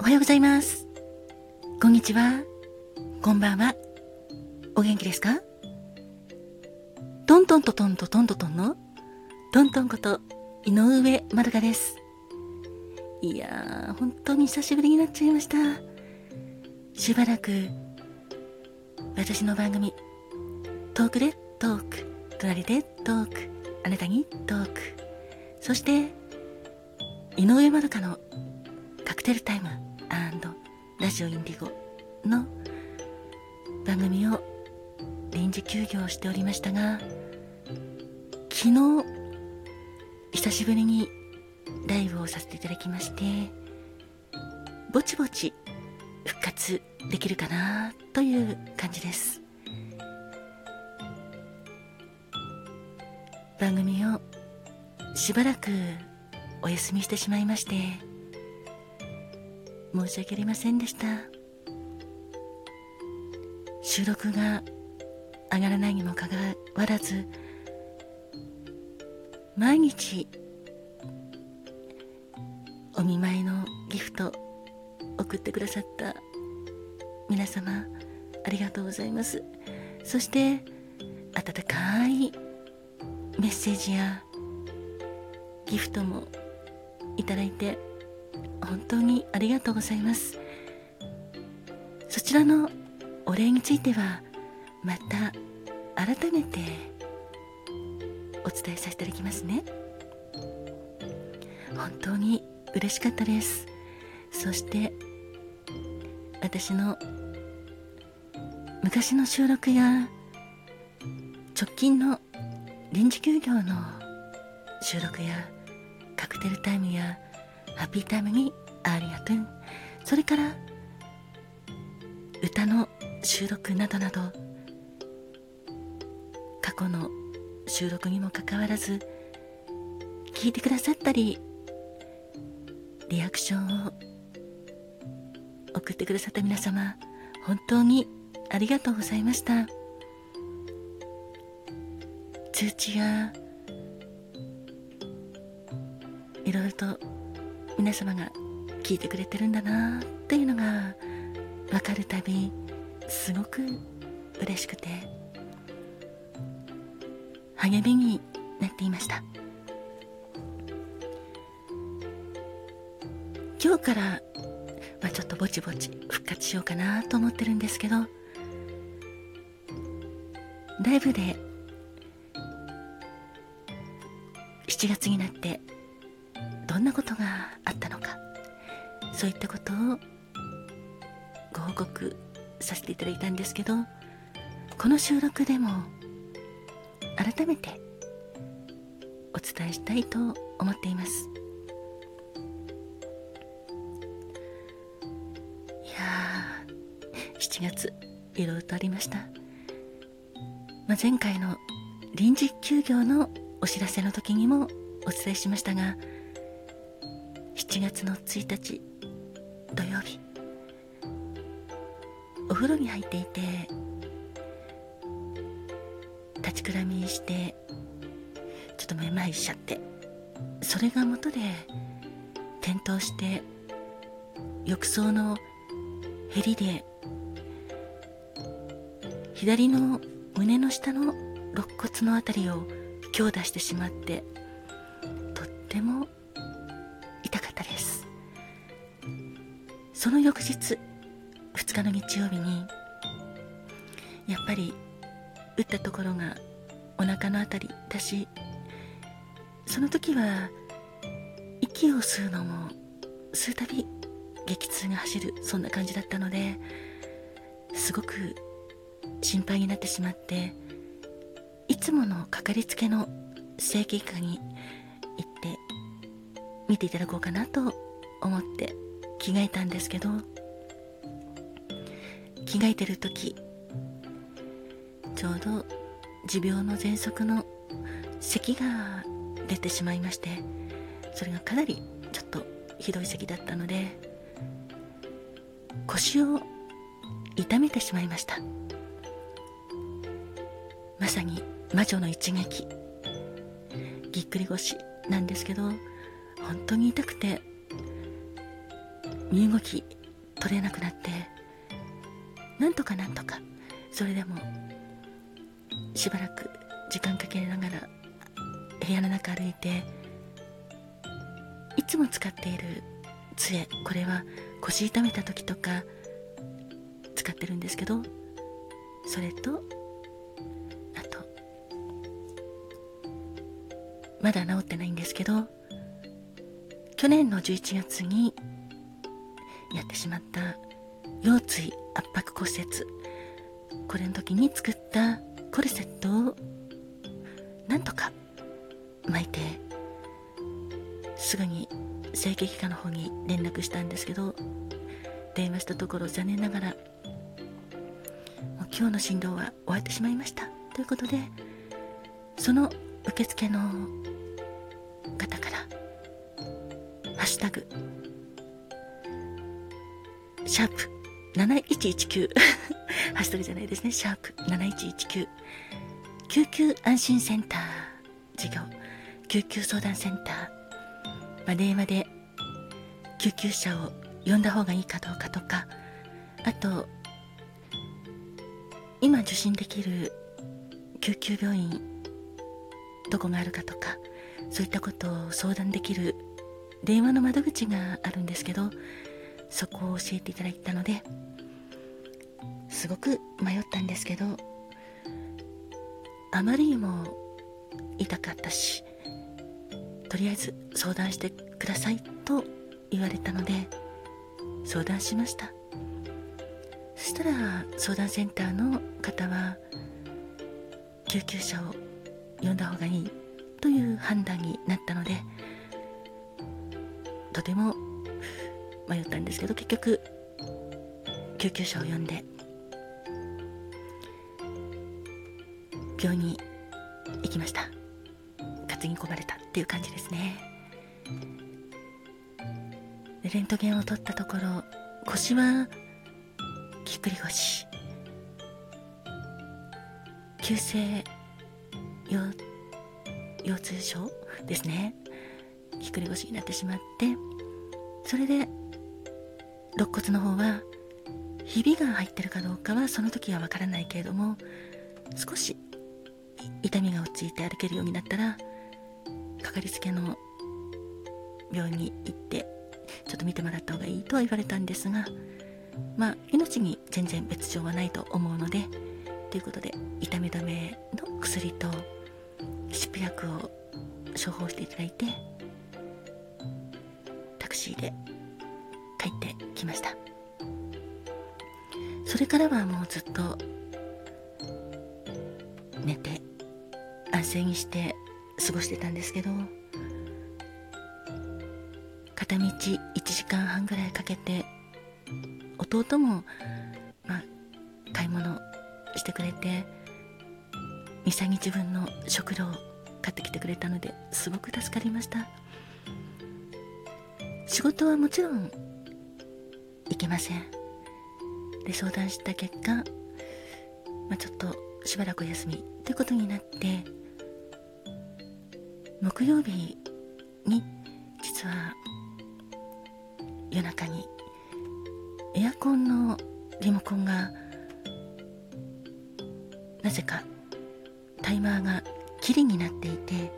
はようございます。こんにちは。こんばんは。お元気ですか？トントントトントトントトンのトントンこと井上まるかです。いやー、本当に久しぶりになっちゃいました。しばらく私の番組トークでトーク、隣でトーク、あなたにトーク、そして井上まるかのカクテルタイム&ラジオインディゴの番組を臨時休業しておりましたが、昨日久しぶりにライブをさせていただきまして、ぼちぼち復活できるかなという感じです。番組をしばらくお休みしてしまいまして、申し訳ありませんでした。収録が上がらないにもかかわらず、毎日お見舞いのギフト送ってくださった皆様、ありがとうございます。そして温かいメッセージやギフトもいただいて本当にありがとうございます。そちらのお礼についてはまた改めてお伝えさせていただきますね。本当に嬉しかったです。そして私の昔の収録や直近の臨時休業の収録やカクテルタイムやハッピータイムにありがとう、それから歌の収録などなど、過去の収録にもかかわらず聞いてくださったり、リアクションを送ってくださった皆様、本当にありがとうございました。通知やいろいろと皆様が聞いてくれてるんだなっていうのが分かるたび、すごく嬉しくて励みになっていました。今日から、ちょっとぼちぼち復活しようかなと思ってるんですけど、ライブで7月になってどんなことがあったのか、そういったことをご報告させていただいたんですけど、この収録でも改めてお伝えしたいと思っています。いやー、7月いろいろとありました。前回の臨時休業のお知らせの時にもお伝えしましたが、7月の1日土曜日、お風呂に入っていて立ちくらみしてちょっとめまいしちゃって、それが元で転倒して浴槽のへりで左の胸の下の肋骨のあたりを強打してしまって、とっても痛かったです。その翌日2日の日曜日にやっぱり打ったところがお腹のあたりだし、その時は息を吸うのも吸うたび激痛が走る、そんな感じだったので、すごく心配になってしまって、いつものかかりつけの整形外科に行って見ていただこうかなと思って着替えたんですけど、着替えてる時ちょうど持病の喘息の咳が出てしまいまして、それがかなりちょっとひどい咳だったので腰を痛めてしまいました。まさに魔女の一撃、ぎっくり腰なんですけど、本当に痛くて身動き取れなくなって、なんとかそれでもしばらく時間かけながら部屋の中歩いて、いつも使っている杖、これは腰痛めた時とか使ってるんですけど、それとあとまだ治ってないんですけど、去年の11月にやってしまった腰椎圧迫骨折、これの時に作ったコルセットをなんとか巻いて、すぐに整形外科の方に連絡したんですけど、電話したところ残念ながらもう今日の診療は終わってしまいましたということで、その受付の方からハッシュタグシャープ7119ハッシュタグじゃないですね、シャープ7119救急安心センター事業、救急相談センター、電話で救急車を呼んだ方がいいかどうかとか、あと今受診できる救急病院どこがあるかとか、そういったことを相談できる電話の窓口があるんですけど、そこを教えていただいたので、すごく迷ったんですけど、あまりにも痛かったし、とりあえず相談してくださいと言われたので相談しました。そしたら相談センターの方は救急車を呼んだ方がいいという判断になったので、とても迷ったんですけど、結局救急車を呼んで病院に行きました。担ぎ込まれたっていう感じですね。でレントゲンを取ったところ、腰はぎっくり腰、急性腰痛症ですね。ぎっくり腰になってしまって、それで肋骨の方はひびが入ってるかどうかはその時はわからないけれども、少し痛みが落ち着いて歩けるようになったらかかりつけの病院に行ってちょっと見てもらった方がいいとは言われたんですが、命に全然別状はないと思うので、ということで痛み止めの薬と湿布薬を処方していただいて、タクシーで帰ってきました。それからはもうずっと寝て安静にして過ごしてたんですけど、片道1時間半ぐらいかけて弟も買い物してくれて 2,3 日分の食料を買ってきてくれたので、すごく助かりました。仕事はもちろん行けません。で相談した結果、ちょっとしばらくお休みということになって、木曜日に実は夜中にエアコンのリモコンがなぜかタイマーが切りになっていて、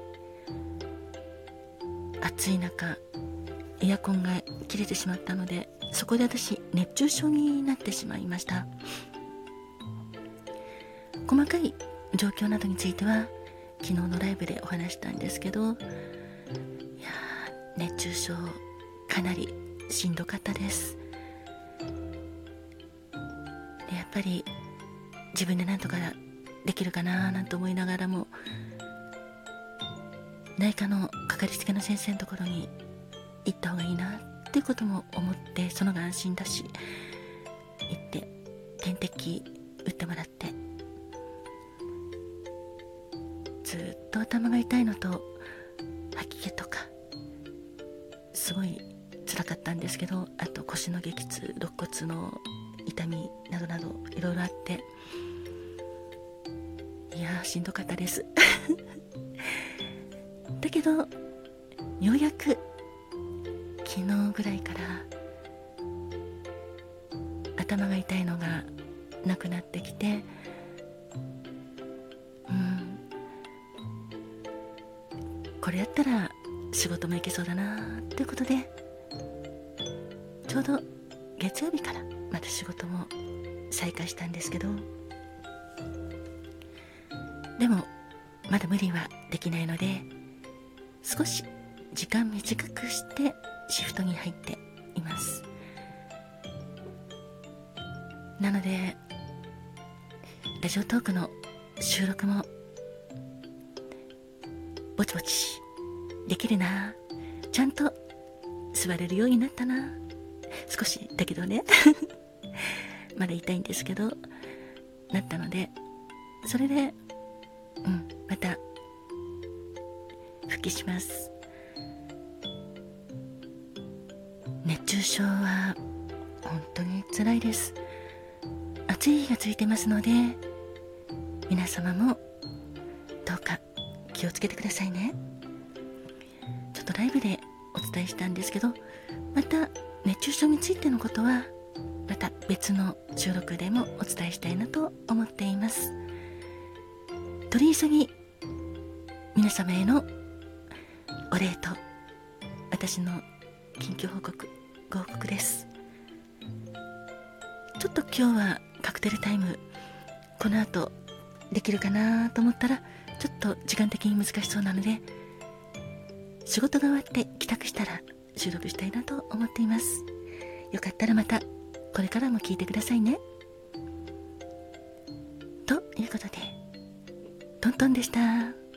暑い中エアコンが切れてしまったので、そこで私熱中症になってしまいました。細かい状況などについては昨日のライブでお話したんですけど、いや熱中症かなりしんどかったです。でやっぱり自分でなんとかできるかななんて思いながらも、内科のかかりつけの先生のところに行った方がいいなっていうことも思って、そのが安心だし行って点滴打ってもらって、ずっと頭が痛いのと吐き気とかすごい辛かったんですけど、あと腰の激痛、肋骨の痛みなどなどいろいろあって、いやしんどかったですだけどようやく昨日ぐらいから頭が痛いのがなくなってきて、これやったら仕事も行けそうだなということで、ちょうど月曜日からまた仕事も再開したんですけど、でもまだ無理はできないので、少し時間短くしてシフトに入っています。なのでラジオトークの収録もぼちぼちできるな、ちゃんと座れるようになったな、少しだけどねまだ痛いんですけどなったので、それでまた復帰します。熱中症は本当に辛いです。暑い日がついてますので、皆様もどうか気をつけてくださいね。ちょっとライブでお伝えしたんですけど、また熱中症についてのことはまた別の収録でもお伝えしたいなと思っています。取り急ぎ皆様へのお礼と私の近況ご報告です。ちょっと今日はカクテルタイムこの後できるかなと思ったら、ちょっと時間的に難しそうなので、仕事が終わって帰宅したら収録したいなと思っています。よかったらまたこれからも聞いてくださいね。ということでトントンでした。